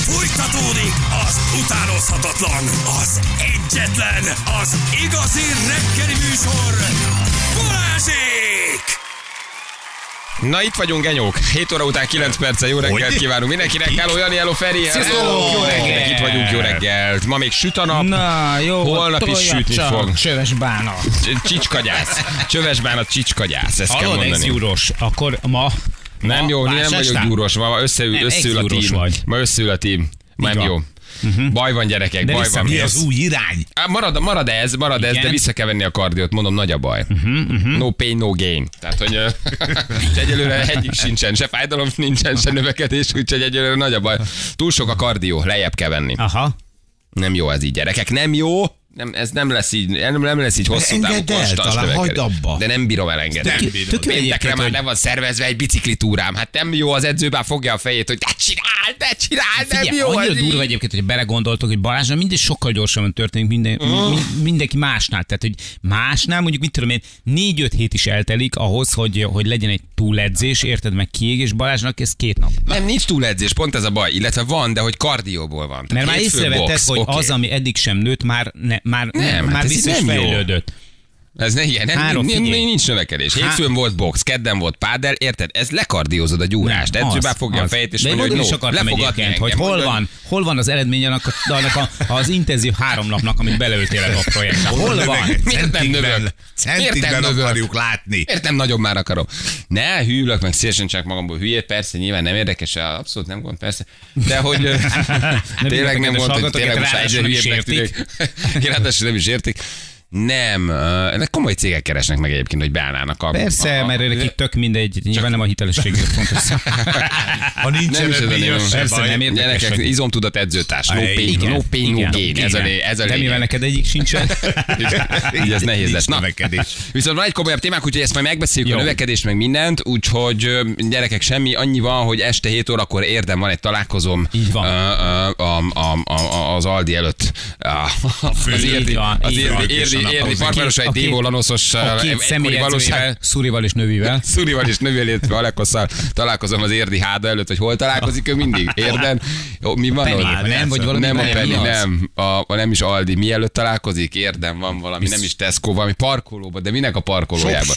Fújtatódik az utánozhatatlan, az egyetlen, az igazi reggeli műsor, Balázsék! Na itt vagyunk, genyók. 7 óra után 9 perccel jó reggelt kívánunk mindenkinek. Hello Jani, hello Feri. Jó reggelt. Itt vagyunk, jó reggelt. Ma még süt a nap. Na jó, holnap is sütni fog. Csöves bánat. Csicskagyász. Csöves bánat, csicskagyász. Ezt kell Hallod, mondani. ez gyúros. Akkor ma... Nem jó, nem vagyok gyúros. Ma összeül a tím. Ma összeül a tím. Nem jó. Baj van, gyerekek, de baj van. Mi az új irány? Marad ez, de vissza kell venni a kardiót, mondom, nagy a baj. No pain, no gain. Tehát, hogy egyelőre egyik sincsen, se fájdalom nincsen, se növekedés, úgyhogy egyelőre nagy a baj. Túl sok a kardió, lejjebb kell venni. Aha. Nem jó ez így, gyerekek, nem jó. Nem, ez nem lesz így hosszú távú konstans növekedés. De nem bírom elengedni. Péntekre már le van szervezve egy biciklitúrám. Hát nem jó, az edzőben fogja a fejét, hogy ne csináld, nem jó. Annyira durva egyébként, hogy belegondoltok, hogy Balázsnál mindig sokkal gyorsabban történik mindenki másnál. Tehát, hogy másnál mondjuk, mit tudom én, 4-5 hét is eltelik ahhoz, hogy legyen egy túledzés, érted, meg kiégés. Balázsnak ez 2 nap. Nem, nincs túledzés, pont ez a baj. Illetve van, de hogy kardióból van. Mert már észrevetted, hogy az, ami eddig sem nőtt, már biztos fejlődött. Ez nincs növekedés. Hétfőn volt box, kedden volt pádel, érted? Ez lekardiózod a gyúrást. Edzőben fogja a fejét, és mondja, hogy is akartam egyébként, hogy hol van az eredmény annak az intenzív 3 napnak, amit beleöltél a projektbe. Hol van? Miért nem növök? Centikben akarjuk látni. Miért nem nagyobb már akarom? Ne, hűlök, meg szívesen csak magamból hülyét, persze, nyilván nem érdekes, abszolút nem gond, persze. De hogy tényleg nem gond, hogy tényleg most egyre hülyébbnek tűnik. Ráadásul nem is értik. Nem, ennek komoly cégek keresnek meg egyébként, hogy beállnának a... Persze, mert nekik tök mindegy, nyilván nem a hitelességről fontos. Ha nincsen eredményes, persze nem érdekes. Gyerekek, izomtudat edzőtárs, no pain, no gain, ez a lényeg. De mivel neked egyik sincsen? Így ez nehéz lesz. Na, viszont van egy komolyabb témánk, úgyhogy ezt majd megbeszéljük, a növekedést, meg mindent, úgyhogy gyerekek, semmi, annyi van, hogy este 7 órakor érdem van egy találkozom az Aldi előtt. Az érdi parkvárosai Dévó Lanoszos Szurival és Növivel. Szurival és Növivel, illetve Alekosszal találkozom az érdi háda előtt, hogy hol találkozik ő mindig? Érden? Mi van ott? Nem, vagy valami nem a Penny, nem. Nem is Aldi. Mielőtt találkozik? Érden van valami, nem is Tesco, valami parkolóban, de minek a parkolójában?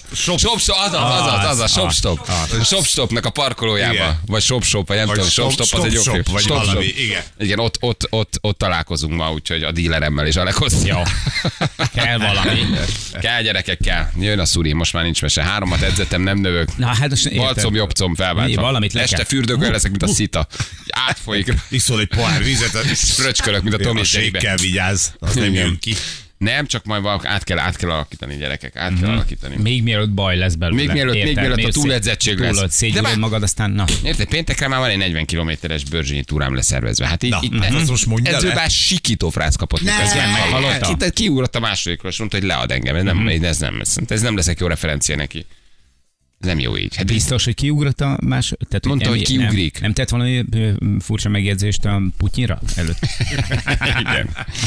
Shopstopnak a parkolójába. Vagy Shopshop, vagy nem tudom, Shopstop az egy jó. Vagy valami, igen, ott találkozunk ma, úgyhogy a díleremmel és Alekosz. Jó. Kell valami. Kell, gyerekek, kell. Jön a szuri, most már nincs mese. 3 edzettem, nem növök. Na, hát most balcom, jobbcom felváltva. Este fürdőkön leszek, mint a szita. Átfolyik. Iszol egy pohár vizet. Fröcskölök, mint a Tomi Jerrybe. A vigyázz, az nem jön ki. Nem, csak majd át kell alakítani, gyerekek, át kell alakítani. Még mielőtt baj lesz belőle. Még mielőtt a túledzettség lesz. Szégyülöd magad, aztán na. Érted, péntekre már van egy 40 kilométeres börzsényi túrám leszervezve. Hát itt edzőben sikító frász kapott. Kiugrott a másodikról, és mondta, hogy lead engem. Ez nem leszek jó referencia neki. Ez nem jó így. Hát biztos, hogy kiugrott a más... Tehát, mondta, hogy kiugrik. Nem tett valami furcsa megjegyzést a Putyinra előtt? Igen.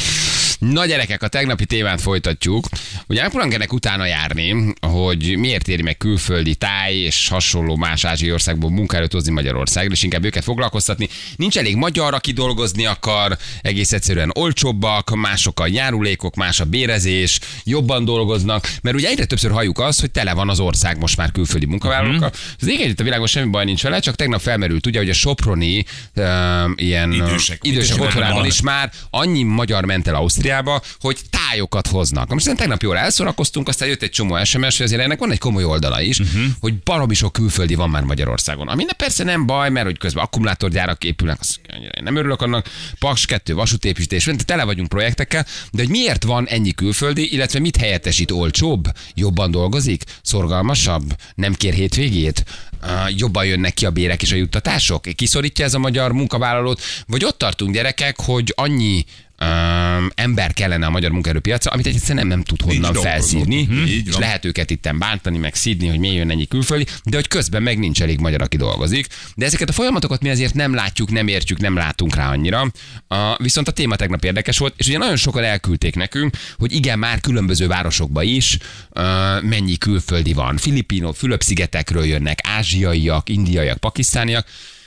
Na gyerekek, a tegnapi témát folytatjuk. Ugye megpróbálunk ennek utána járni, hogy miért éri meg külföldi táj és hasonló más ázsiai országból munkaerőt hozni Magyarországra, és inkább őket foglalkoztatni. Nincs elég magyar, aki dolgozni akar, egész egyszerűen olcsóbbak, mások a járulékok, más a bérezés, jobban dolgoznak, mert ugye egyre többször halljuk azt, hogy tele van az ország most már külföldi munkavállalókkal. Az egyébként a világon semmi baj nincs vele, csak tegnap felmerült ugye, hogy a soproni ilyen idősek otthonában is már annyi magyar ment el Ausztriába, hogy tájokat hoznak. Most tegnap jól elszorakoztunk, aztán jött egy csomó SMS, hogy azért ennek van egy komoly oldala is, hogy baromi sok külföldi van már Magyarországon. Ami persze nem baj, mert hogy közben akkumulátorgyárak épülnek, azt nem örülök annak, Paks 2 vasútépítés, tele vagyunk projektekkel, de hogy miért van ennyi külföldi, illetve mit helyettesít? Olcsóbb, jobban dolgozik, szorgalmasabb, nem kér hétvégét, jobban jönnek ki a bérek és a juttatások? Kiszorítja ez a magyar munkavállalót? Vagy ott tartunk, gyerekek, hogy annyi ember kellene a magyar munkaerőpiacra, amit egyszerűen nem tud honnan felszívni, és lehet őket itten bántani, meg szídni, hogy miért jön ennyi külföldi, de hogy közben meg nincs elég magyar, aki dolgozik. De ezeket a folyamatokat mi azért nem látjuk, nem értjük, nem látunk rá annyira. Viszont a téma tegnap érdekes volt, és ugye nagyon sokan elküldték nekünk, hogy igen, már különböző városokba is mennyi külföldi van. Fülöp-szigetekről jönnek, ázsiaiak, indiaiak, pakisztániak.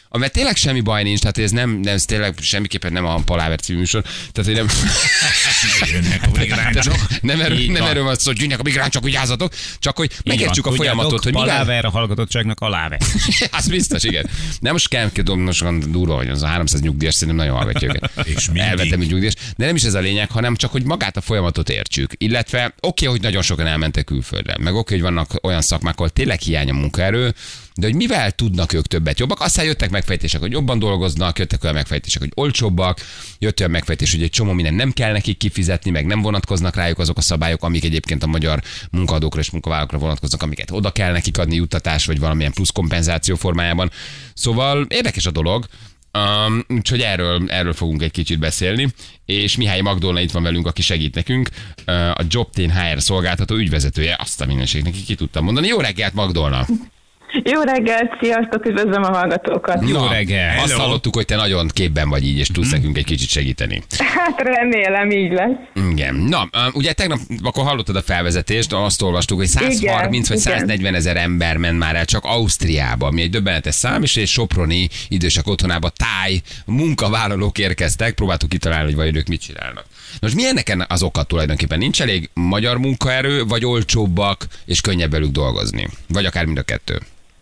Mert tényleg semmi baj nincs, tehát ez nem, ez tényleg semmiképpen nem a Paláver című műsor. Tehát, hogy nem... Jönnek a migránsok. nem erről van szó, hogy jönnek a migránsok, vigyázzatok, csak hogy megértsük a folyamatot, hogy mivel... Paláver a hallgatottságnak a láve. Az biztos, igen. Nem most kell most durva, hogy az a 300 nyugdíjas szerintem nagyon hallgatja őket. És mindig. Elvettem egy nyugdíjas. De nem is ez a lényeg, hanem csak, hogy magát a folyamatot értsük. Illetve oké, hogy nagyon sokan elmentek külföldre. Meg oké, hogy vannak olyan szakmák, ahol tényleg hiány a munkaerő, de hogy mivel tudnak ők többet jobbak, aztán jöttek megfejtések, hogy jobban dolgoznak, jöttek olyan megfejtések, hogy olcsóbbak, jött olyan megfejtés, hogy egy csomó minden nem kell nekik kifizetni, meg nem vonatkoznak rájuk azok a szabályok, amik egyébként a magyar munkaadókra és munkavállalókra vonatkoznak, amiket oda kell nekik adni juttatás, vagy valamilyen plusz kompenzáció formájában. Szóval érdekes a dolog. Úgyhogy erről fogunk egy kicsit beszélni, és Mihály Magdolna itt van velünk, aki segít nekünk, a Jobtén HR szolgáltató ügyvezetője, azt a mindenségnek ki tudtam mondani. Jó reggelt, Magdolna! Jó reggelt, sziasztok, üdvözlöm a hallgatókat. Jó reggel! Azt hallottuk, hogy te nagyon képben vagy így, és tudsz nekünk egy kicsit segíteni. Hát remélem, így lesz. Igen. Na, ugye tegnap akkor hallottad a felvezetést, azt olvastuk, hogy 130 vagy 140 ezer ember ment már el csak Ausztriába, ami egy döbbenetes szám, és egy soproni idősek otthonába táj munkavállalók érkeztek, próbáltuk kitalálni, hogy vajon ők mit csinálnak. Most mi ennek az oka tulajdonképpen? Nincs elég magyar munkaerő, vagy olcsóbbak, és könnyebb velük dolgozni? Vagy akár mind a kettő?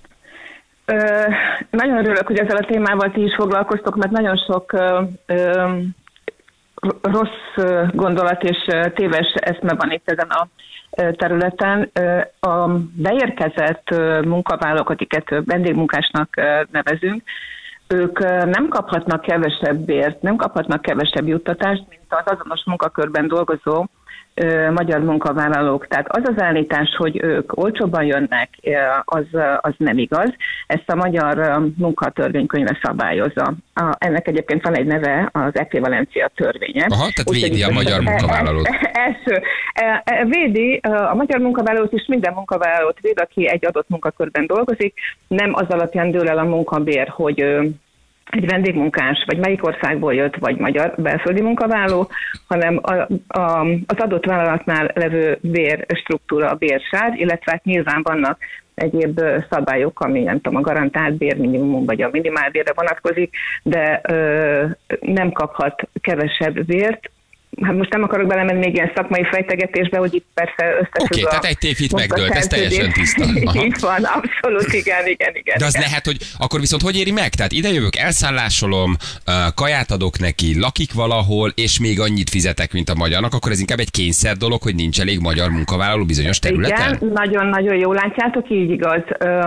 Nagyon örülök, hogy ezzel a témával ti is foglalkoztok, mert nagyon sok rossz gondolat és téves eszme van itt ezen a területen. A beérkezett munkavállalók, akiket vendégmunkásnak nevezünk, ők nem kaphatnak kevesebb bért, nem kaphatnak kevesebb juttatást, mint az azonos munkakörben dolgozó magyar munkavállalók. Tehát az az állítás, hogy ők olcsóbban jönnek, az nem igaz. Ezt a magyar munkatörvénykönyve szabályozza. Ennek egyébként van egy neve, az ekvivalencia törvénye. Aha, tehát védi a magyar munkavállalót. Védi a magyar munkavállalót is, minden munkavállalót véd, aki egy adott munkakörben dolgozik. Nem az alapján dől el a munkabér, hogy egy vendégmunkás, vagy melyik országból jött, vagy magyar belföldi munkavállaló, hanem az adott vállalatnál levő bérstruktúra, a bérsáv, illetve hát nyilván vannak egyéb szabályok, ami nem tudom, a garantált bérminimum vagy a minimálbérre vonatkozik, de nem kaphat kevesebb bért. Hát most nem akarok belemenni még ilyen szakmai fejtegetésbe, hogy itt persze összefügg. Oké, tehát egy tévhit megdőlt, ez teljesen tiszta. Aha. Így van, abszolút, igen. De az lehet, hogy akkor viszont hogy éri meg? Tehát ide jövök, elszállásolom, kaját adok neki, lakik valahol, és még annyit fizetek, mint a magyarnak, akkor ez inkább egy kényszer dolog, hogy nincs elég magyar munkavállaló bizonyos területen? Igen, nagyon-nagyon jól látjátok, így igaz.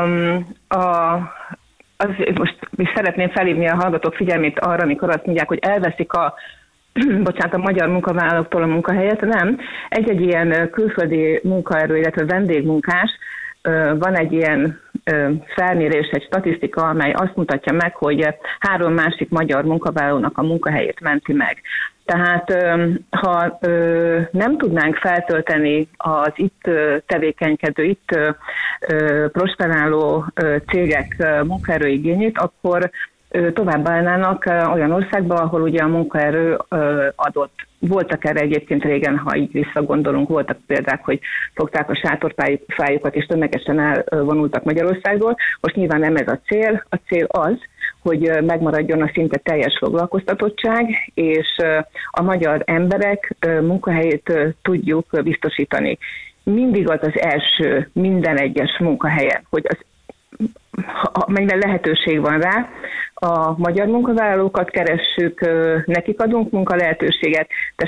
Most szeretném felhívni a hallgatók figyelmét arra, amikor azt mondják, hogy elveszik a magyar munkavállalóktól a munkahelyet, nem. Egy ilyen külföldi munkaerő, illetve vendégmunkás, van egy ilyen felmérés, egy statisztika, amely azt mutatja meg, hogy 3 másik magyar munkavállalónak a munkahelyét menti meg. Tehát ha nem tudnánk feltölteni az itt tevékenykedő, itt prosperáló cégek munkaerőigényét, akkor továbbállnának olyan országba, ahol ugye a munkaerő adott. Voltak erre egyébként régen, ha így visszagondolunk, voltak példák, hogy fogták a sátorfájukat és tömegesen elvonultak Magyarországról. Most nyilván nem ez a cél. A cél az, hogy megmaradjon a szinte teljes foglalkoztatottság, és a magyar emberek munkahelyét tudjuk biztosítani. Mindig az az első minden egyes munkahelyen, hogy amennyiben lehetőség van rá, a magyar munkavállalókat keressük, nekik adunk munkalehetőséget, de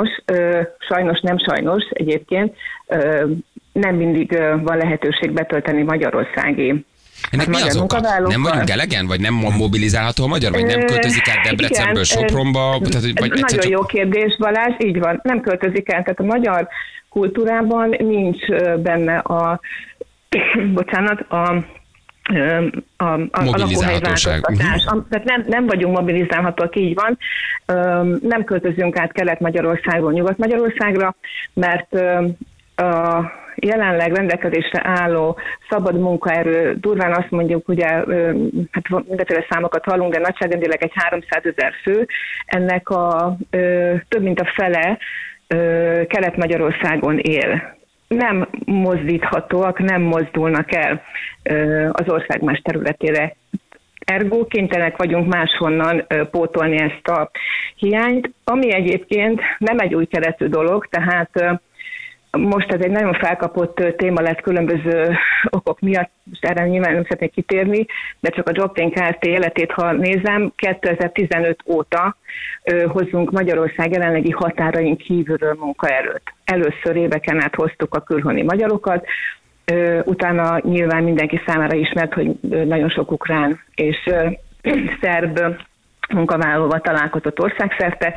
sajnos egyébként nem mindig van lehetőség betölteni magyarországi. Ennek mi az oka? Nem vagyunk elegen? Vagy nem mobilizálható a magyar? Vagy nem költözik át Debrecenből Sopronba? Nagyon jó kérdés, Balázs, így van. Nem költözik el. Tehát a magyar kultúrában nincs benne a lakóhelyváltoztatás. Tehát nem vagyunk mobilizálhatók, így van. Nem költözünk át Kelet-Magyarországról Nyugat-Magyarországra, mert a jelenleg rendelkezésre álló szabad munkaerő, durván azt mondjuk, ugye, hát mindenféle számokat hallunk, de nagyságrendileg egy 300 000 fő, ennek több mint a fele Kelet-Magyarországon él. Nem mozdíthatóak, nem mozdulnak el az ország más területére. Ergo kénytelenek vagyunk máshonnan pótolni ezt a hiányt, ami egyébként nem egy új keletű dolog, tehát most ez egy nagyon felkapott téma lett különböző okok miatt, most erre nyilván nem szeretnék kitérni, de csak a Joblink Kft. Életét, ha nézem, 2015 óta hozzunk Magyarország jelenlegi határain kívülről munkaerőt. Először éveken át hoztuk a külhoni magyarokat, utána nyilván mindenki számára ismert, hogy nagyon sok ukrán és szerb munkavállalóval találkozott országszerte.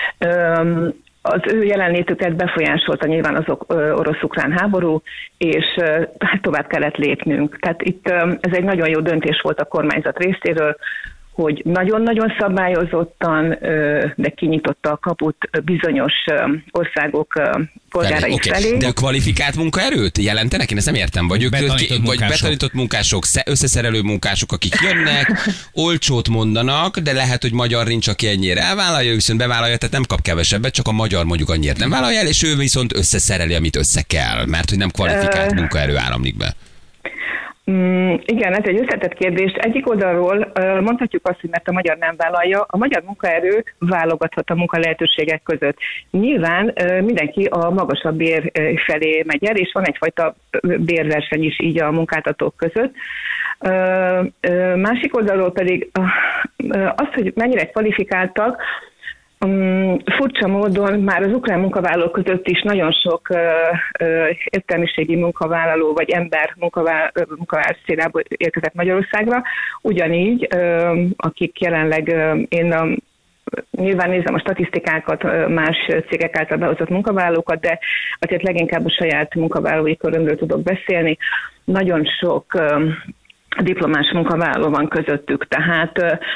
Az ő jelenlétüket befolyásolta nyilván az orosz-ukrán háború, és hát tovább kellett lépnünk. Tehát itt ez egy nagyon jó döntés volt a kormányzat részéről, hogy nagyon-nagyon szabályozottan, de kinyitotta a kaput bizonyos országok polgárai felé. De a kvalifikált munkaerőt jelentenek? Én ezt nem értem. Vagy betanított munkások, összeszerelő munkások, akik jönnek, olcsót mondanak, de lehet, hogy magyar nincs, aki ennyire elvállalja, viszont bevállalja, tehát nem kap kevesebbet, csak a magyar mondjuk annyira nem vállalja el, és ő viszont összeszereli, amit össze kell, mert hogy nem kvalifikált munkaerő áramlik be. Igen, ez egy összetett kérdés. Egyik oldalról mondhatjuk azt, hogy mert a magyar nem vállalja, a magyar munkaerő válogathat a munkalehetőségek között. Nyilván mindenki a magasabb bér felé megy el, és van egyfajta bérverseny is így a munkáltatók között. Másik oldalról pedig az, hogy mennyire kvalifikáltak, furcsa módon már az ukrán munkavállalók között is nagyon sok értelmiségi munkavállaló vagy ember munkavállaló célából érkezett Magyarországra. Ugyanígy, akik jelenleg nyilván nézem a statisztikákat, más cégek által behozott munkavállalókat, de azért leginkább a saját munkavállalói körömről tudok beszélni. Nagyon sok diplomás munkavállaló van közöttük, tehát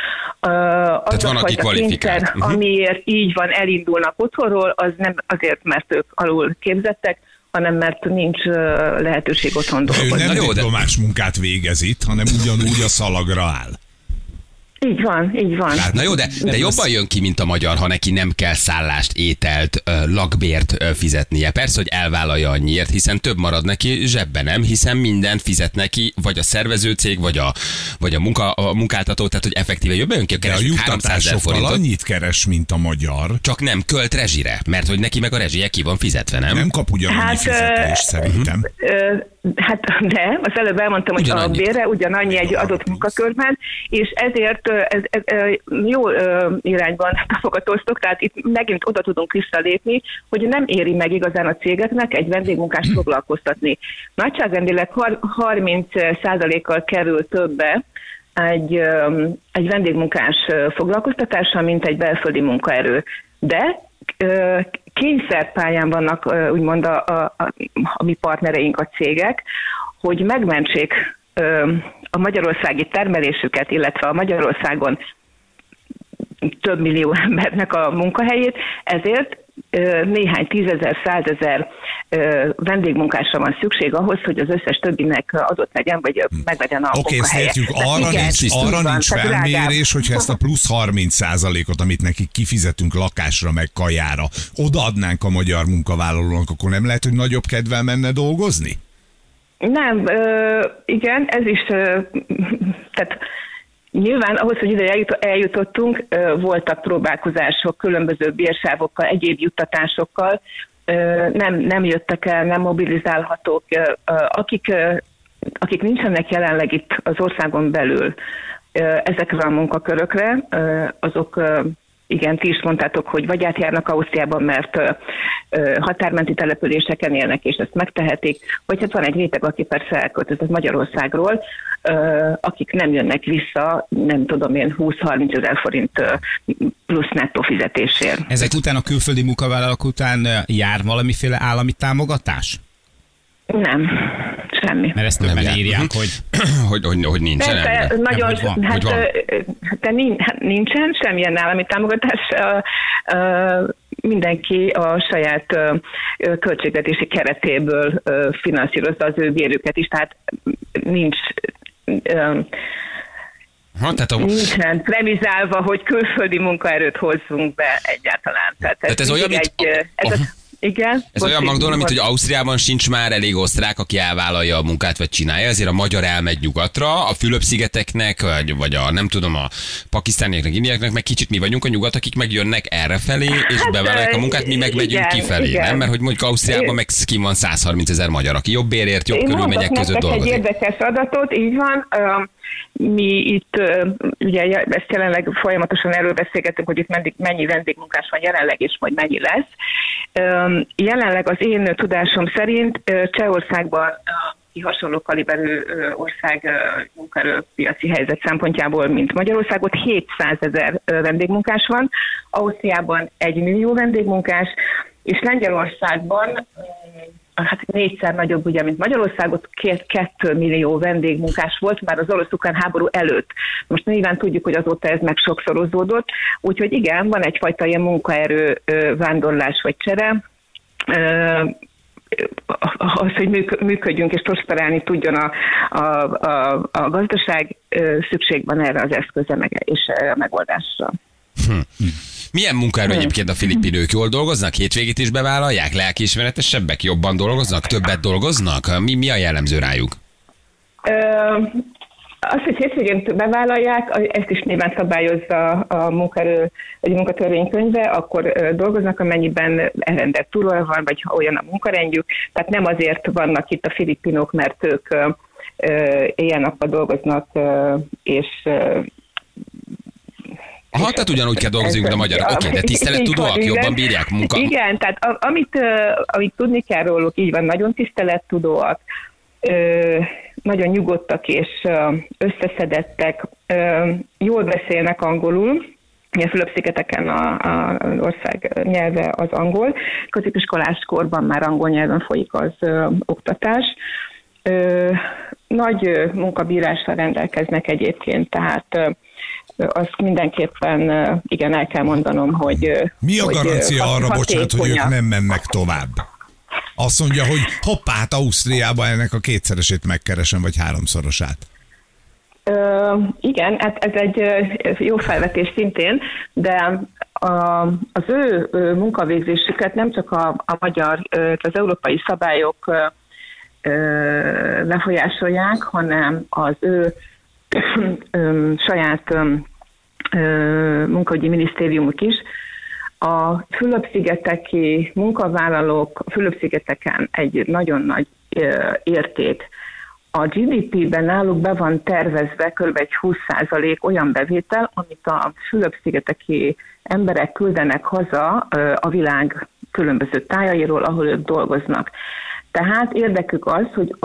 az a fajta kényszer, amiért így van, elindulnak otthonról, az nem azért, mert ők alul képzettek, hanem mert nincs lehetőség otthon dolgozni. Ő nem diplomás munkát végez itt, hanem ugyanúgy a szalagra áll. Így van, így van. Na jó, de jobban jön ki, mint a magyar, ha neki nem kell szállást, ételt, lakbért fizetnie. Persze, hogy elvállalja annyiért, hiszen több marad neki zsebben, nem? Hiszen mindent fizet neki, vagy a szervezőcég, vagy a munkáltató, tehát hogy effektíve jobban jön ki. De a juttatásokkal annyit keres, mint a magyar. Csak nem költ rezsire, mert hogy neki meg a rezsie ki van fizetve, nem? Nem kap ugyanannyi fizetést szerintem. Hát de, az előbb elmondtam, hogy a bérre ugyanannyi egy adott munkakörben, és ezért ez jó irányban tapogatóztok, tehát itt megint oda tudunk visszalépni, hogy nem éri meg igazán a cégeknek egy vendégmunkást foglalkoztatni. Nagyságrendileg 30%-kal kerül többe egy vendégmunkás foglalkoztatása, mint egy belföldi munkaerő. De kényszerpályán vannak úgymond a mi partnereink, a cégek, hogy megmentsék a magyarországi termelésüket, illetve a Magyarországon több millió embernek a munkahelyét, ezért néhány 10,000-100,000 vendégmunkásra van szükség ahhoz, hogy az összes többinek adott legyen, vagy meglegyen a munkahelye. Oké, arra nincs felmérés, hogyha ezt a plusz 30%-ot, amit nekik kifizetünk lakásra, meg kajára, odaadnánk a magyar munkavállalónak, akkor nem lehet, hogy nagyobb kedvel menne dolgozni? Nem, igen, ez is, tehát nyilván ahhoz, hogy ide eljutottunk, voltak próbálkozások különböző bérsávokkal, egyéb juttatásokkal, nem jöttek el, nem mobilizálhatók. Akik nincsenek jelenleg itt az országon belül ezekre a munkakörökre, azok igen, ti is mondtátok, hogy vagy átjárnak Ausztriában, mert határmenti településeken élnek, és ezt megtehetik, vagy hát van egy réteg, aki persze elköltözött Magyarországról, akik nem jönnek vissza, nem tudom én, 20-30 ezer forint plusz nettó fizetésért. Ezek után, a külföldi munkavállalók után jár valamiféle állami támogatás? Nem, semmi. Mert ezt többen írják, hogy nincsen. Persze, nagyon, nincsen semmilyen állami támogatás. Mindenki a saját költségvetési keretéből finanszírozza az ő bérüket is, tehát nincs... nincsen premizálva, hogy külföldi munkaerőt hozzunk be egyáltalán. Tehát ez olyan, mint... Igen. Ez olyan McDonald, mint hogy Ausztriában sincs már elég osztrák, aki elvállalja a munkát, vagy csinálja, ezért a magyar elmegy nyugatra, a Fülöp-szigeteknek, vagy a nem tudom, a pakisztániaknak, indiáknak, meg kicsit mi vagyunk a nyugat, akik megjönnek errefelé, és bevállalják a munkát, mi meg megyünk kifelé, nem? Mert hogy mondjuk Ausztriában meg ki van 130 000 magyar, aki jobb bérért, jobb körülmények között dolgozik. Egy érdekes adatot, így van. Mi itt, ugye ezt jelenleg folyamatosan erről beszélgetünk, hogy itt mennyi vendégmunkás van jelenleg, és majd mennyi lesz. Jelenleg az én tudásom szerint Csehországban hasonló kaliberű ország munkaerőpiaci helyzet szempontjából, mint Magyarországot, 700 000 vendégmunkás van, Ausztriában 1 millió vendégmunkás, és Lengyelországban hát 4-szer nagyobb, ugye, mint Magyarországot, 2 millió vendégmunkás volt már az orosz-ukrán háború előtt. Most nyilván tudjuk, hogy azóta ez meg sokszorozódott, úgyhogy igen, van egyfajta ilyen munkaerő vándorlás vagy csere, az, hogy működjünk és prosperálni tudjon a gazdaság, szükség van erre az eszközre és a megoldásra. Milyen munkaerő egyébként a filipinők? Jól dolgoznak? Hétvégét is bevállalják? Lelkiismeretesebbek? Jobban dolgoznak? Többet dolgoznak? Mi a jellemző rájuk? Azt, hogy hétvégén bevállalják, ezt is nyilván szabályozza a munkatörvénykönyve, akkor dolgoznak, amennyiben elrendelt túlóra van, vagy olyan a munkarendjük. Tehát nem azért vannak itt a filipinok, mert ők éjjel-nappal dolgoznak, és aha, tehát ugyanúgy kell dolgozni, mint a magyarok. Oké, de tisztelettudóak, jobban bírják munka. Igen, tehát amit tudni kell róluk, így van, nagyon tisztelettudóak, nagyon nyugodtak és összeszedettek, jól beszélnek angolul, a Fülöp-szigeteken az ország nyelve az angol, középiskolás korban már angol nyelven folyik az oktatás. Nagy munkabírással rendelkeznek egyébként, tehát azt mindenképpen igen, el kell mondanom, hogy mi a garancia arra, bocsánat, hogy ők nem mennek tovább? Azt mondja, hogy hoppá, hát Ausztriában ennek a 2-szeresét megkeresem, vagy 3-szorosát. Igen, hát ez egy jó felvetés szintén, de az ő munkavégzésüket nem csak a magyar, az európai szabályok befolyásolják, hanem az ő saját munkaügyi minisztériumuk is. A Fülöp-szigeteki munkavállalók Fülöp-szigeteken egy nagyon nagy érték. A GDP-ben náluk be van tervezve kb. Egy 20% olyan bevétel, amit a Fülöp-szigeteki emberek küldenek haza a világ különböző tájairól, ahol ők dolgoznak. Tehát érdekük az, hogy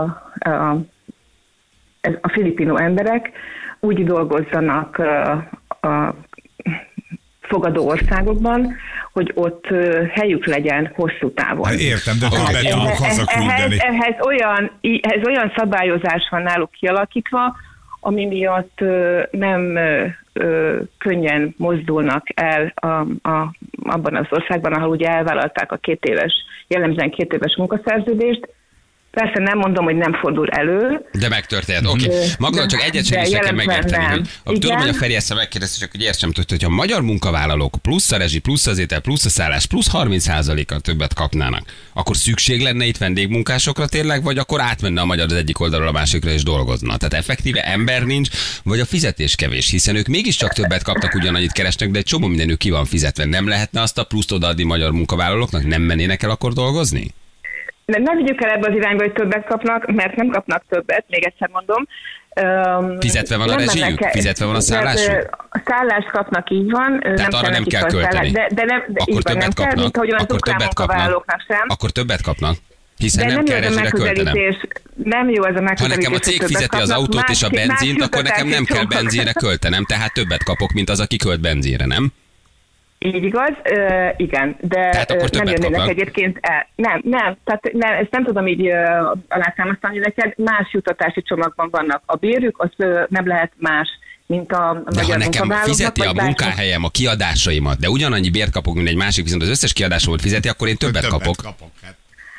a filipino emberek úgy dolgozzanak a fogadó országokban, hogy ott helyük legyen hosszú távon. Hát értem, de többet tudok hazaküldeni. Ehhez olyan szabályozás van náluk kialakítva, ami miatt nem könnyen mozdulnak el abban az országban, ahol ugye elvállalták a jellemzően 2 éves munkaszerződést. Persze nem mondom, hogy nem fordul elő. De megtörtént, oké. Magad csak egyet segíts nekem megérteni. Tudom, hogy a Feri ezt megkérdezte, csak hogy értsem tudta, hogy a magyar munkavállalók plusz a rezsi, plusz az étel, plusz a szállás, plusz 30%-kal többet kapnának, akkor szükség lenne itt vendégmunkásokra tényleg, vagy akkor átmenne a magyar az egyik oldalról a másikra és dolgozna? Tehát effektíve ember nincs, vagy a fizetés kevés, hiszen ők mégiscsak többet kapnak, ugyanannyit keresnek, de egy csomó mindenük ki van fizetve. Nem lehetne azt a pluszt odaadni magyar munkavállalóknak? Nem mennének el akkor dolgozni? Nem vigyük el ebbe az irányba, hogy többet kapnak, mert nem kapnak többet, még egyszer mondom. Fizetve van a rezsijük? Fizetve van a szállásuk? A szállást kapnak, így van. Tehát arra nem kell költeni. Akkor többet kapnak. Akkor többet kapnak. Hiszen nem kell rezsire költenem. Nem jó ez a megközelítés. Ha nekem a cég fizeti az autót és a benzint, akkor nekem nem kell benzinre költenem, tehát többet kapok, mint az, aki költ benzinre, nem? Így igaz, igen, de nem jönnének egyébként el. Nem, tehát ezt nem tudom így alátámasztani neked, más jutatási csomagban vannak. A bérük, az nem lehet más, mint a de magyar nekem fizeti a munkahelyem a kiadásaimat, de ugyanannyi bért kapok, mint egy másik, viszont az összes kiadásomat fizeti, akkor én többet kapok. Hát.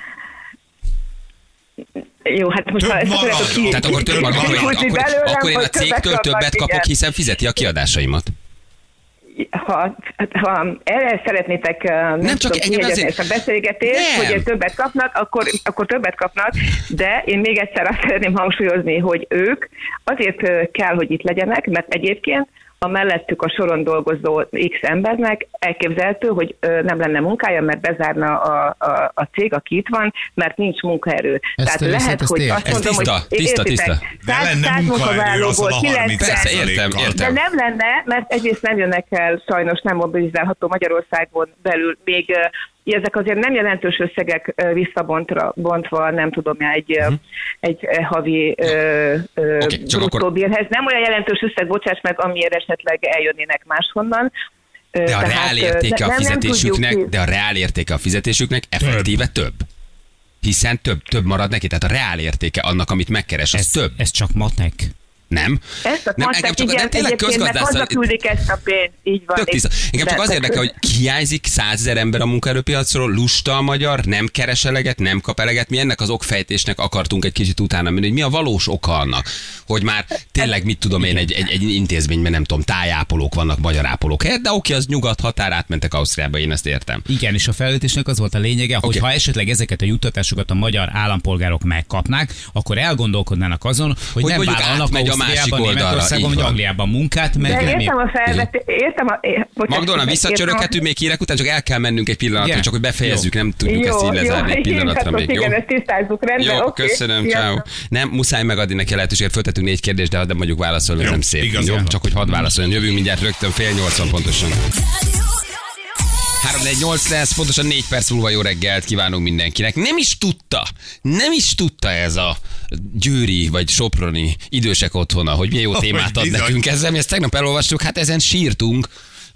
Jó, hát most ha ezt akarjátok ki... Tehát akkor több marad, akkor én a cégtől többet kapok, hiszen fizeti a kiadásaimat. ha erre szeretnétek nem csak ezt a beszélgetést, hogy többet kapnak, akkor többet kapnak, de én még egyszer azt szeretném hangsúlyozni, hogy ők azért kell, hogy itt legyenek, mert egyébként a mellettük a soron dolgozó X embernek elképzelhető, hogy nem lenne munkája, mert bezárna a cég, aki itt van, mert nincs munkaerő. Ezt Tehát lehet, hogy azt mondom, hogy tiszta. Ne lenne munkaerő, az a 30%. Persze, értem. De nem lenne, mert egyrészt nem jönnek el, sajnos nem mobilizálható Magyarországon belül még ezek azért nem jelentős összegek visszabontva, nem tudom, egy havi bruttóbérhez. Nem olyan jelentős összeg, bocsáss meg, amiért esetleg eljönnének máshonnan. De a reál értéke a fizetésüknek, effektíve több. Hiszen több marad neki, tehát a reál értéke annak, amit megkeres, az több. Ez csak matek. Nem? Nem, tényleg közgazdászal. Küldik ezt a pénzt, így van. Engem csak az érdekel, hogy hiányzik 100 000 ember a munkaerőpiacról, lusta a magyar, nem keres eleget, nem kap eleget. Mi ennek az okfejtésnek akartunk egy kicsit utána menni, hogy mi a valós oka annak, hogy már tényleg mit tudom én, egy intézményben nem tudom, tájápolók vannak, magyar ápolók helyett, de oké, az nyugat határ, átmentek Ausztriába, én ezt értem. Igen, és a felvetésnek az volt a lényege, hogy ha esetleg ezeket a juttatásokat a magyar állampolgárok megkapnák, akkor elgondolkodnának azon, hogy nem vállalnak másik oldalra, vagy Angliában munkát, meg nem Magdolna, visszacsöröghetünk még hírek után, csak el kell mennünk egy pillanatra, csak hogy befejezzük, nem tudjuk ezt így lezárni egy pillanatra még. Jó, igen, ezt tisztázzuk, rendben. Jó, köszönöm, ciao. Nem, muszáj megadni neki lehetőséget, föltettünk 4 kérdést, de hadd mondjuk válaszolni, nem szép. Jó, csak hogy hadd válaszoljon. Jövünk mindjárt rögtön 7:80 pontosan. 3-4-8 lesz, pontosan 4 perc múlva jó reggelt kívánunk mindenkinek. Nem is tudta ez a győri vagy soproni idősek otthona, hogy milyen jó témát ad nekünk ezzel. Mi ezt tegnap elolvastuk, hát ezen sírtunk.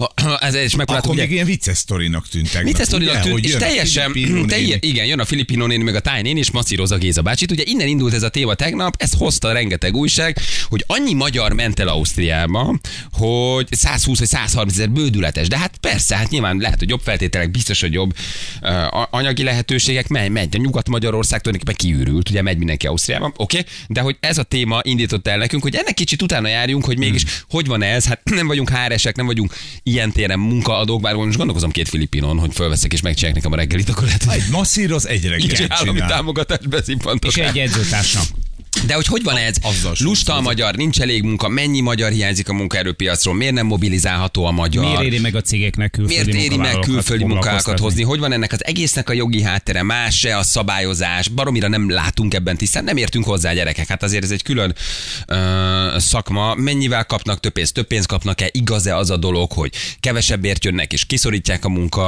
Akkor még ilyen vicces sztorinak tűntek. Vicces sztorinak tűnt, és teljesen, igen, jön a Filipino néni, meg a Táj néni, és masszírozza a Géza bácsit. Ugye innen indult ez a téma tegnap, ezt hozta rengeteg újság, hogy annyi magyar ment el Ausztriába, hogy 120 vagy 130 ezer bődületes. De hát persze, hát nyilván lehet, hogy jobb feltételek, biztos, hogy jobb anyagi lehetőségek, megy. A Nyugat-Magyarország tulajdonképpen kiürült, ugye megy mindenki Ausztriába, oké? De hogy ez a téma indította el nekünk, hogy ennek kicsit utána járjunk, hogy mégis hogy van ez, hát nem vagyunk HR-esek, nem vagyunk ilyen téren munkaadók, bár most gondolkozom 2 filipinon, hogy fölveszek és megcsinálják nekem a reggelit, akkor lehet, hogy egy masszíroz, egy reggelit állami támogatás beszimpantok. És egy edzőtársam. De hogy van ez? Lusta a magyar, nincs elég munka, mennyi magyar hiányzik a munkaerőpiacról, miért nem mobilizálható a magyar? Miért éri meg a cégeknek külföldi munkákat hozni? Hogy van ennek az egésznek a jogi háttere, más-e a szabályozás? Baromira nem látunk ebben tisztán, nem értünk hozzá, gyerekek. Hát azért ez egy külön szakma. Mennyivel kapnak több pénzt kapnak-e? Igaz-e az a dolog, hogy kevesebbért jönnek és kiszorítják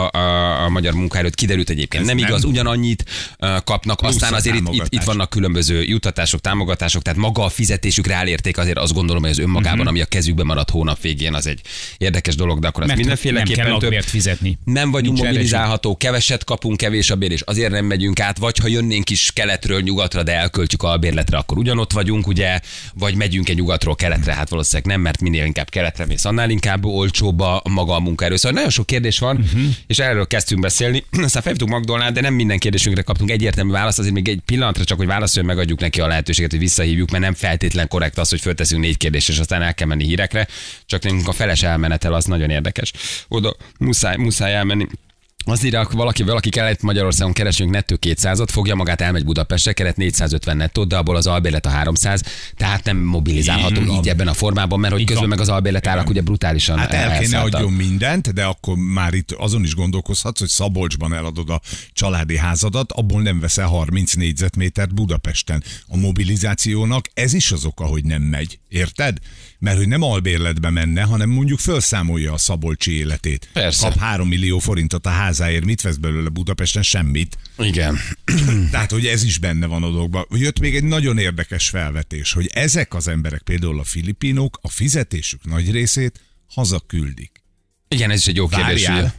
a magyar munkaerőt? Kiderült egyébként nem igaz, ugyanannyit kapnak. Aztán azért itt vannak különböző juttatások, támogatások, tehát maga a fizetésük reálérték, azért azt gondolom, hogy az önmagában, ami a kezükben maradt hónap végén, az egy érdekes dolog, de akkor azt mindenféleképpen nem kell fizetni. Nem vagyunk mobilizálható, keveset kapunk, kevés a bér, és azért nem megyünk át, vagy ha jönnénk is keletről nyugatra, de elköltjük albérletre, akkor ugyanott vagyunk, ugye, vagy megyünk egy nyugatról keletre, hát valószínűleg nem, mert minél inkább keletre mész, annál inkább olcsóbb a maga a munkaerő. Szóval nagyon sok kérdés van, és erről kezdtünk beszélni. Aztán felhívtuk Magdolnát, de nem minden kérdésünkre kaptunk egyértelmű választ, azért még egy pillanatra csak, hogy válaszoljon, megadjuk neki a lehetőséget, hogy visszahívjuk, mert nem feltétlen korrekt az, hogy fölteszünk 4 kérdést, és aztán el kell menni hírekre. Csak nekünk a feles elmenetel az nagyon érdekes. Oda muszáj elmenni. Az írja, valaki kellett Magyarországon keresünk nettó 200-at, fogja magát, elmegy Budapestre, kellett 450 nettót, de abból az albérlet a 300, tehát nem mobilizálható így ebben a formában, mert hogy közben meg az albérlet árak ugye brutálisan hát el kéne adjon mindent, de akkor már itt azon is gondolkozhatsz, hogy Szabolcsban eladod a családi házadat, abból nem veszel 30 négyzetmétert Budapesten. A mobilizációnak ez is az oka, hogy nem megy. Érted? Mert hogy nem albérletbe menne, hanem mondjuk felszámolja a szabolcsi életét. Persze. Kap 3 millió forintot a házáért, mit vesz belőle Budapesten? Semmit. Igen. Tehát, hogy ez is benne van a dologban. Jött még egy nagyon érdekes felvetés, hogy ezek az emberek, például a filipinok, a fizetésük nagy részét hazaküldik. Igen, ez is egy jó kérdés.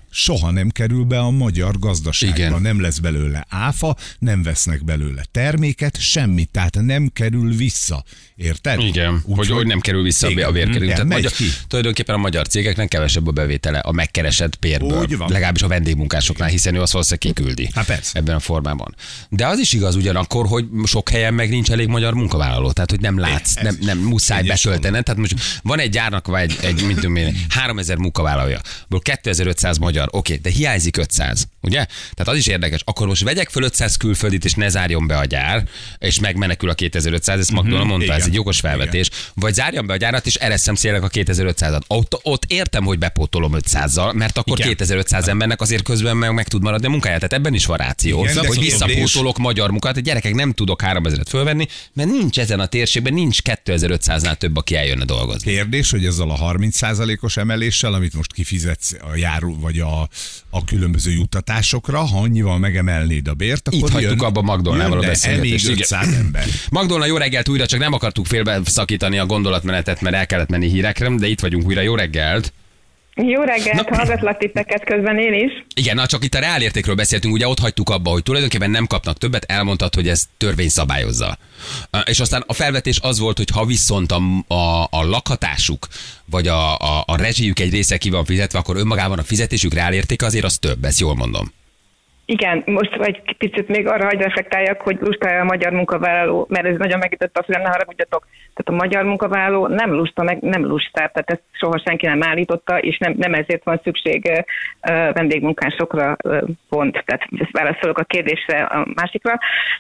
soha nem kerül be a magyar gazdaságba. Igen. Nem lesz belőle áfa, nem vesznek belőle terméket, semmit, tehát nem kerül vissza. Érted? Igen, hogy nem kerül vissza a vérkerül. Tehát tulajdonképpen a magyar cégeknek kevesebb a bevétele a megkeresett pérből. Legalábbis a vendégmunkásoknál, hiszen ő azt valószínűleg kiküldi ebben a formában. De az is igaz ugyanakkor, hogy sok helyen meg nincs elég magyar munkavállaló, tehát hogy nem látsz, nem muszáj betöltened. Tehát most van egy gyárnak vagy egy 3000 munkavállalója, abból 2500 magyar, oké, de hiányzik 500, ugye? Tehát az is érdekes. Akkor most vegyek föl 500 külföldit, és ne zárjon be a gyár, és megmenekül a 2500, ezt Magdolna mondta, ez egy jogos felvetés. Igen. Vagy zárjam be a gyárat, és ereszem szélek a 2500-at. Ott értem, hogy bepótolom 500-zal, mert akkor 2500 embernek azért közben meg tud maradni a munkáját. Tehát ebben is van ráció, hogy visszapótolok magyar munkát. A gyerekek nem tudok 3000-et fölvenni, mert nincs ezen a térségben, nincs 2500-nál több, aki eljönne dolgozni. Kérdés, hogy ezzel a 30%-os emeléssel, amit most kifizetsz a járó vagy a különböző juttatásokra, ha annyival megemelnéd a bért, akkor itt hagytuk abba Magdolnával a beszélgetést. Magdolna, jó reggelt újra, csak nem akartuk félbeszakítani a gondolatmenetet, mert el kellett menni hírekre, de itt vagyunk újra. Jó reggelt! Jó reggelt, hallgatlak titeket közben én is. Igen, csak itt a reálértékről beszéltünk, ugye ott hagytuk abba, hogy tulajdonképpen nem kapnak többet, elmondtad, hogy ez törvény szabályozza. És aztán a felvetés az volt, hogy ha viszont a lakhatásuk, vagy a rezsijük egy része ki van fizetve, akkor önmagában a fizetésük reálértéke azért az több, ezt jól mondom. Igen, most egy picit még arra hagy reflektáljak, hogy lusta a magyar munkavállaló, mert ez nagyon megütött azt, hogy nem haragudjatok. Tehát a magyar munkavállaló nem lusta, meg nem lustár, tehát ezt soha senki nem állította, és nem ezért van szükség vendégmunkásokra pont. Tehát ezt válaszolok a kérdésre a másikra.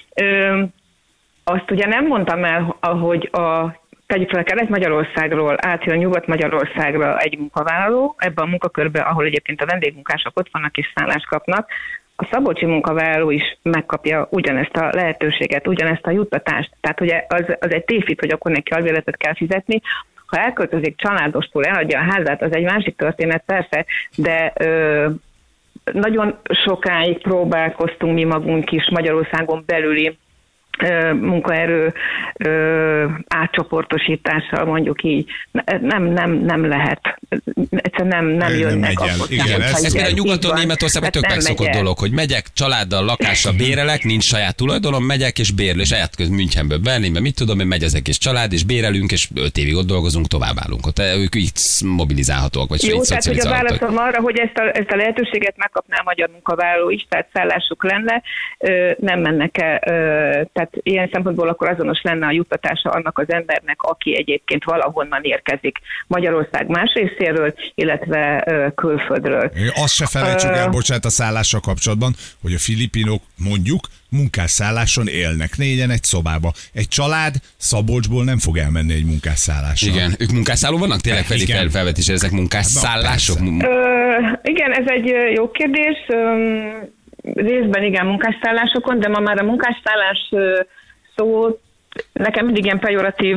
Azt ugye nem mondtam el, hogy tegyük fel a Kelet-Magyarországról átjön Nyugat-Magyarországra egy munkavállaló, ebben a munkakörben, ahol egyébként a vendégmunkások ott vannak és szállást kapnak, a szabolcsi munkavállaló is megkapja ugyanezt a lehetőséget, ugyanezt a juttatást. Tehát ugye az egy tévhit, hogy akkor neki albérletet kell fizetni. Ha elköltözik családostól, eladja a házát, az egy másik történet persze, de nagyon sokáig próbálkoztunk mi magunk is Magyarországon belüli munkaerő átcsoportosítással, mondjuk így. Nem lehet. Egyszerűen nem jönnek. Ez például nyugaton Németországban tök megszokott dolog, hogy megyek családdal, lakással bérelek, nincs saját tulajdonom, megyek és bérlek, és eljöttközben Münchenből, Berlinbe, mit tudom, én megy az egész család, és bérelünk, és 5 évig ott dolgozunk, továbbállunk ott. Ők így mobilizálhatóak, vagy jó, tehát hogy a válaszom arra, hogy ezt a lehetőséget megkapná a magyar munkavállaló is, tehát szállásuk lenne, nem mennek el, tehát ilyen szempontból akkor azonos lenne a juttatása annak az embernek, aki egyébként valahonnan érkezik Magyarország más részéről, illetve külföldről. Azt se felejtsük el, bocsánat, a szállással kapcsolatban, hogy a filipinok mondjuk munkásszálláson élnek, 4-en egy szobába. Egy család Szabolcsból nem fog elmenni egy munkásszállásra. Igen, ők munkásszálló vannak? Tényleg felvetés, ezek munkásszállások? Igen, ez egy jó kérdés. Részben igen munkásszállásokon, de ma már a munkásszállás szó nekem mindig ilyen pejoratív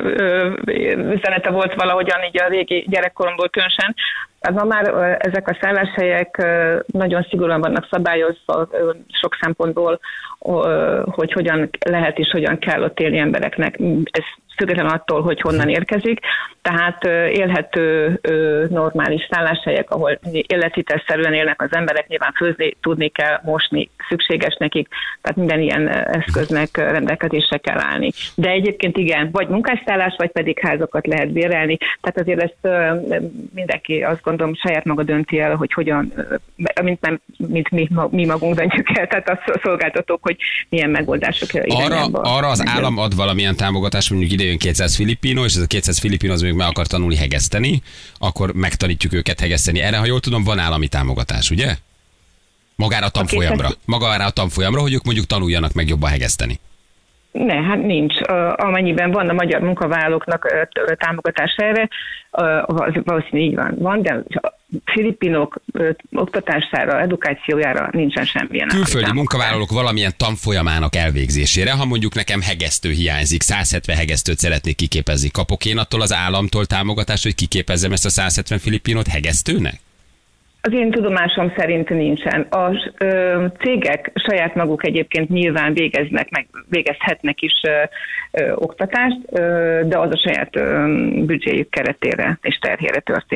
üzenete volt valahogyan így a régi gyerekkoromból különösen. Ma már ezek a szálláshelyek nagyon szigorúan vannak szabályozva sok szempontból, hogy hogyan lehet és hogyan kell ott élni embereknek. Ez független attól, hogy honnan érkezik. Tehát élhető normális szálláshelyek, ahol élethitelszerűen élnek az emberek, nyilván főzni tudni kell, mosni szükséges nekik, tehát minden ilyen eszköznek rendelkezésre kell állni. De egyébként igen, vagy munkásszállás, vagy pedig házakat lehet bérelni. Tehát azért ezt mindenki azt gondolom saját maga dönti el, hogy hogyan, mint mi magunk döntjük el, tehát a szolgáltatók, hogy milyen megoldások arra az állam ad valamilyen támogatást, mondjuk ide jön 200 filipino, és ez a 200 filipino az még meg akar tanulni hegeszteni, akkor megtanítjuk őket hegeszteni. Erre, ha jól tudom, van állami támogatás, ugye? Magára a tanfolyamra, hogy ők mondjuk tanuljanak meg jobban hegeszteni. Ne, hát nincs. Amennyiben van a magyar munkavállalóknak támogatás erre, valószínűleg így van, de a filipinok oktatására, edukációjára nincsen semmilyen. Külföldi munkavállalók valamilyen tanfolyamának elvégzésére, ha mondjuk nekem hegesztő hiányzik, 170 hegesztőt szeretnék kiképezni, kapok én attól az államtól támogatást, hogy kiképezzem ezt a 170 filipinot hegesztőnek? Az én tudomásom szerint nincsen. A cégek saját maguk egyébként nyilván végezhetnek is oktatást, de az a saját büdzséjük keretére és terhére történik.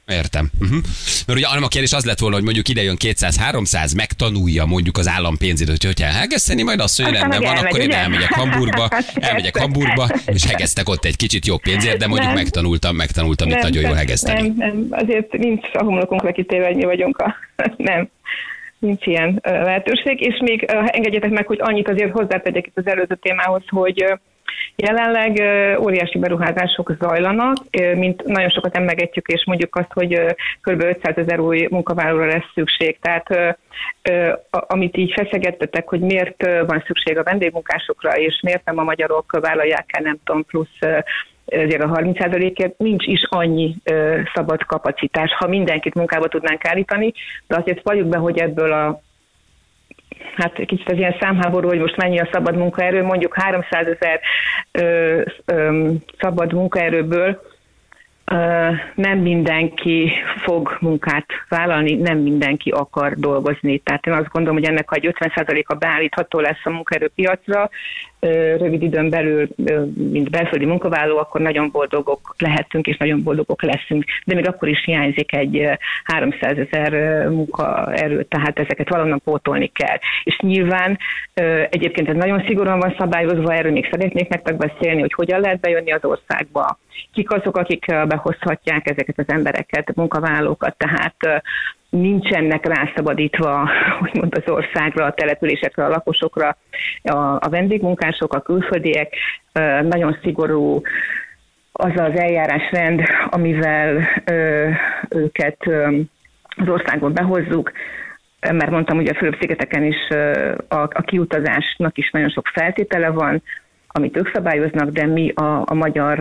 Értem. Mert ugye a kérdés az lett volna, hogy mondjuk ide jön 200-300, megtanulja mondjuk az állam pénzét, hogy hegeszteni, majd azt mondja, rendben van, akkor én elmegyek Hamburgba, és hegeztek ott egy kicsit jobb pénzért, de mondjuk megtanultam itt nagyon jól hegeszteni. Nem, azért nincs a homlokunkra kitéve, hogy mi vagyunk nem. Nincs ilyen lehetőség, és még engedjetek meg, hogy annyit azért hozzátegyek itt az előző témához, hogy jelenleg óriási beruházások zajlanak, mint nagyon sokat emlegetjük, és mondjuk azt, hogy kb. 500 000 új munkavállalóra lesz szükség. Tehát amit így feszegettetek, hogy miért van szükség a vendégmunkásokra, és miért nem a magyarok vállalják el, nem tudom, plusz ezért a 30%-ért, nincs is annyi szabad kapacitás, ha mindenkit munkába tudnánk állítani, de azért valljuk be, hogy ebből hát kicsit az ilyen számháború, hogy most mennyi a szabad munkaerő, mondjuk 300 000 szabad munkaerőből nem mindenki fog munkát vállalni, nem mindenki akar dolgozni. Tehát én azt gondolom, hogy ennek, ha egy 50%-a beállítható lesz a munkaerőpiacra, rövid időn belül, mint belföldi munkavállaló, akkor nagyon boldogok lehetünk, és nagyon boldogok leszünk. De még akkor is hiányzik egy 300 000 munkaerő, tehát ezeket valonnan pótolni kell. És nyilván egyébként ez nagyon szigorúan van szabályozva, erről még szeretnék nektek beszélni, hogy hogyan lehet bejönni az országba. Kik azok, akik behozhatják ezeket az embereket, munkavállalókat, tehát nincsenek rászabadítva, úgymond az országra, a településekre, a lakosokra a vendégmunkások, a külföldiek. Nagyon szigorú az az eljárásrend, amivel őket az országból behozzuk. Mert mondtam, hogy a Fülöp-szigeteken is a kiutazásnak is nagyon sok feltétele van, amit ők szabályoznak, de mi a magyar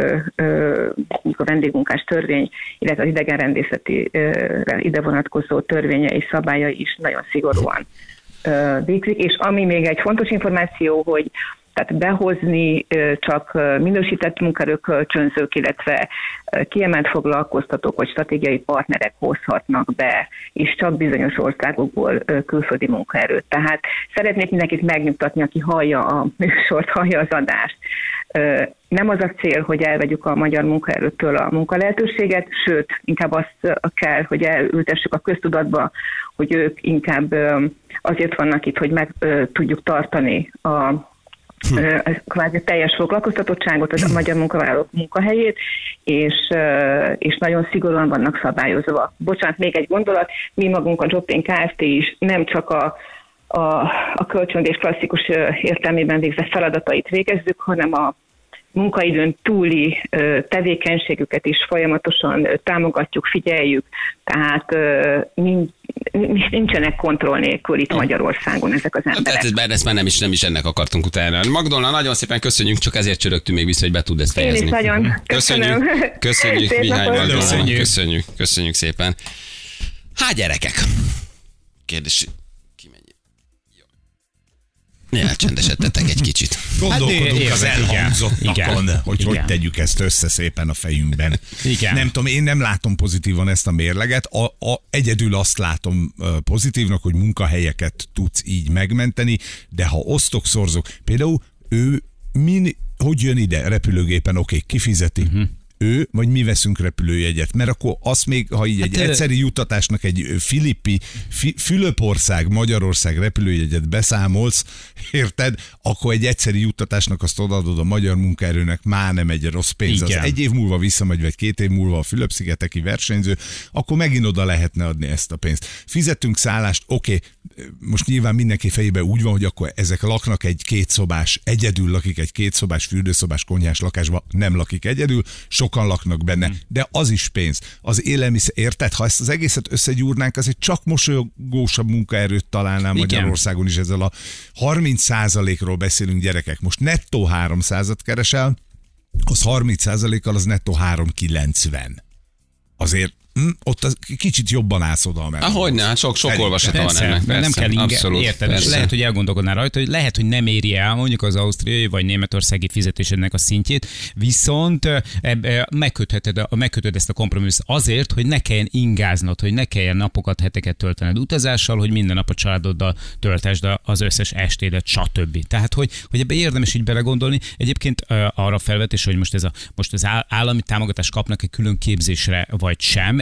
a vendégmunkás törvény, illetve az idegenrendészeti ide vonatkozó törvényei, szabályai is nagyon szigorúan végzik. És ami még egy fontos információ, hogy tehát behozni csak minősített munkaerőkölcsönzők, illetve kiemelt foglalkoztatók vagy stratégiai partnerek hozhatnak be, és csak bizonyos országokból külföldi munkaerőt. Tehát szeretnék mindenkit megnyugtatni, aki hallja a műsort, hallja az adást. Nem az a cél, hogy elvegyük a magyar munkaerőtől a munkalehetőséget, sőt, inkább azt kell, hogy elültessük a köztudatba, hogy ők inkább azért vannak itt, hogy meg tudjuk tartani kvázi teljes foglalkoztatottságot, az a magyar munkavállalók munkahelyét, és nagyon szigorúan vannak szabályozva. Bocsánat, még egy gondolat, mi magunk a Jobbing Kft. Is nem csak a kölcsönzés klasszikus értelmében végzett feladatait végezzük, hanem a munkaidőn túli tevékenységüket is folyamatosan támogatjuk, figyeljük, tehát nincsenek kontroll nélkül itt Magyarországon ezek az emberek. Tehát ezt már nem is ennek akartunk utána. Magdolna, nagyon szépen köszönjük, csak ezért csörögtünk még vissza, hogy be tud ezt fejezni. Én is nagyon köszönöm. Köszönjük Mihály Magdolna. Köszönjük szépen. Hát gyerekek, kérdés... Elcsendesedtetek egy kicsit. Gondolkodunk az elhangzottakon, hogy tegyük ezt össze szépen a fejünkben. Igen. Nem tudom, én nem látom pozitívan ezt a mérleget. Egyedül azt látom pozitívnak, hogy munkahelyeket tudsz így megmenteni, de ha osztok, szorzok, például hogy jön ide repülőgépen, oké, kifizeti. Ő, vagy mi veszünk repülőjegyet, mert akkor azt még, ha így egy egyszeri juttatásnak egy Fülöpország, Magyarország repülőjegyet beszámolsz, érted, akkor egy egyszeri juttatásnak azt odaadod a magyar munkaerőnek, már nem egy rossz pénz. Az egy év múlva visszamegy, vagy 2 év múlva a Fülöp-szigeteki versenyző, akkor megint oda lehetne adni ezt a pénzt. Fizetünk szállást, oké, most nyilván mindenki fejében úgy van, hogy akkor ezek laknak egy 2 szobás, egyedül lakik egy 2 szobás, fürdőszobás, konyhás lakásban, nem lakik egyedül, sokan laknak benne, de az is pénz. Az élelmiszer, érted? Ha ezt az egészet összegyúrnánk, azért csak mosolygósabb munkaerőt találnám Magyarországon is, ezzel a 30%-ról beszélünk, gyerekek. Most nettó 300-at keresel, az 30%-kal az nettó 390. Azért ott az kicsit jobban állsz oda. Ahogyne, hát sok olvasata van ennek. Nem kell érted, és lehet, hogy elgondolkodnál rajta, hogy lehet, hogy nem éri el mondjuk az ausztriai vagy németországi fizetésednek a szintjét, viszont megkötöd ezt a kompromisszumot azért, hogy ne kelljen ingáznod, hogy ne kelljen napokat, heteket töltened utazással, hogy minden nap a családoddal töltesd az összes estédet, stb. Tehát, hogy ebbe érdemes így belegondolni. Egyébként arra felvetés, hogy most az állami támogatást kapnak egy külön képzésre, vagy sem.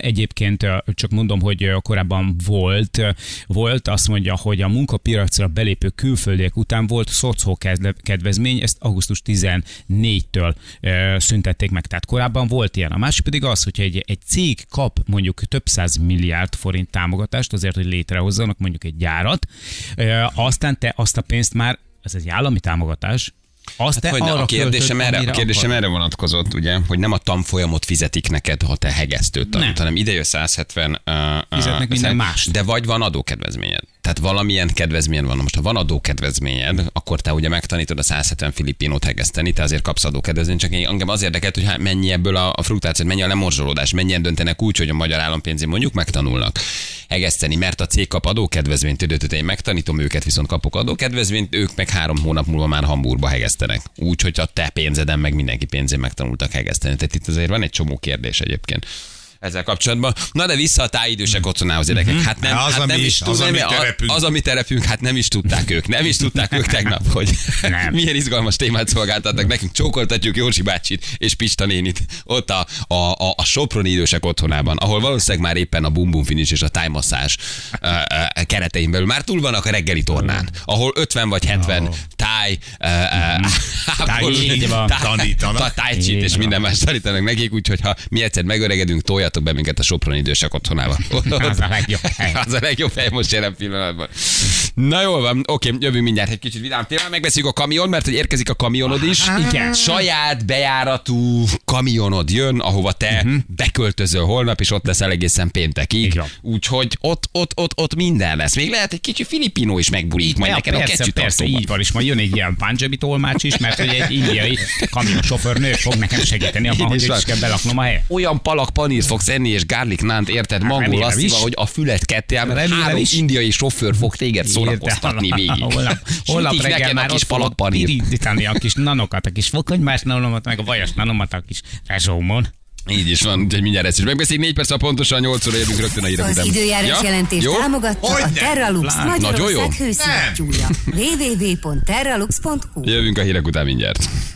egyébként csak mondom, hogy korábban volt, azt mondja, hogy a munkapiacra belépő külföldiek után volt szocó kedvezmény, ezt augusztus 14-től szüntették meg, tehát korábban volt ilyen. A másik pedig az, hogyha egy cég kap mondjuk több 100 milliárd forint támogatást azért, hogy létrehozzanak mondjuk egy gyárat, aztán te azt a pénzt már, ez egy állami támogatás, azt a kérdésem erre vonatkozott, ugye, hogy nem a tanfolyamot fizetik neked, ha te hegesztőt tanult, hanem ide 170 fizetnek minden más. De vagy van adókedvezményed. Tehát valamilyen kedvezményed van. Most ha van adókedvezményed, akkor te ugye megtanítod a 170 filipinót hegeszteni, te azért kapsz adókedvezményt, csak engem az érdekelt, hogy mennyi ebből a fluktuáció, mennyi a lemorzsolódás, mennyien döntenek úgy, hogy a magyar állampénzén mondjuk megtanulnak hegeszteni, mert a cég kap adókedvezményt, tudod, én megtanítom őket, viszont kapok adókedvezményt, ők meg 3 hónap múlva már Hamburgba hegesztenek. Úgy, hogy a te pénzeden meg mindenki pénzén megtanultak hegeszteni. Tehát itt azért van egy csomó kérdés egyébként ezzel kapcsolatban. Na de vissza a tájidősek otthonához, gyerekek. Hát nem, az a mi terepünk, hát nem is tudták ők. Nem is tudták ők tegnap, hogy milyen izgalmas témát szolgáltatnak nekünk. Csókoltatjuk Józsi bácsit és Pista nénit ott a soproni idősek otthonában, ahol valószínűleg már éppen a bum finish és a tájmasszázs keretein belül már túl vannak a reggeli tornán, ahol 50 vagy 70 tájcsit és minden más tanítanak nekik, úgyhogy ha mi egyszer megöregedünk, toljatok be minket a soproni idősek otthonába. Az a legjobb hely. Az a legjobb hely most jelen pillanatban. Na jól van, oké, jövünk mindjárt egy kicsit vidám témán, megbeszéljük a kamion, mert hogy érkezik a kamionod is. Igen. Saját bejáratú kamionod jön, ahova te beköltözöl holnap, és ott leszel egészen péntekig. Úgyhogy ott minden lesz. Még lehet egy kicsi filipinó is megbulik majd neked a persze, így van, és majd jön egy ilyen punjabi tolmács is, mert hogy egy indiai kamionsofőrnő fog nekem segíteni abban, hogy is kell belaknom a helyet. Olyan palak panírt fogsz enni, és garlic nánt, érted? Mangol azt hívva, hogy a fület ketté áll, mert 3 indiai sofőr fog téged szórakoztatni végig. Holnap reggel már ott fogok pirítani a kis nanokat, a kis fokhagymás nanomat, meg a vajas nanomat a kis rezsómon. Így is van, úgyhogy mindjárt ezt is megbeszéljük. 4 perc pontosan 8 óra jövünk rögtön a hírek után. Az időjárás jelentés támogatta a Terralux Magyarország hőszivattyúja. www.terralux.hu. Jövünk a hírek után mindjárt.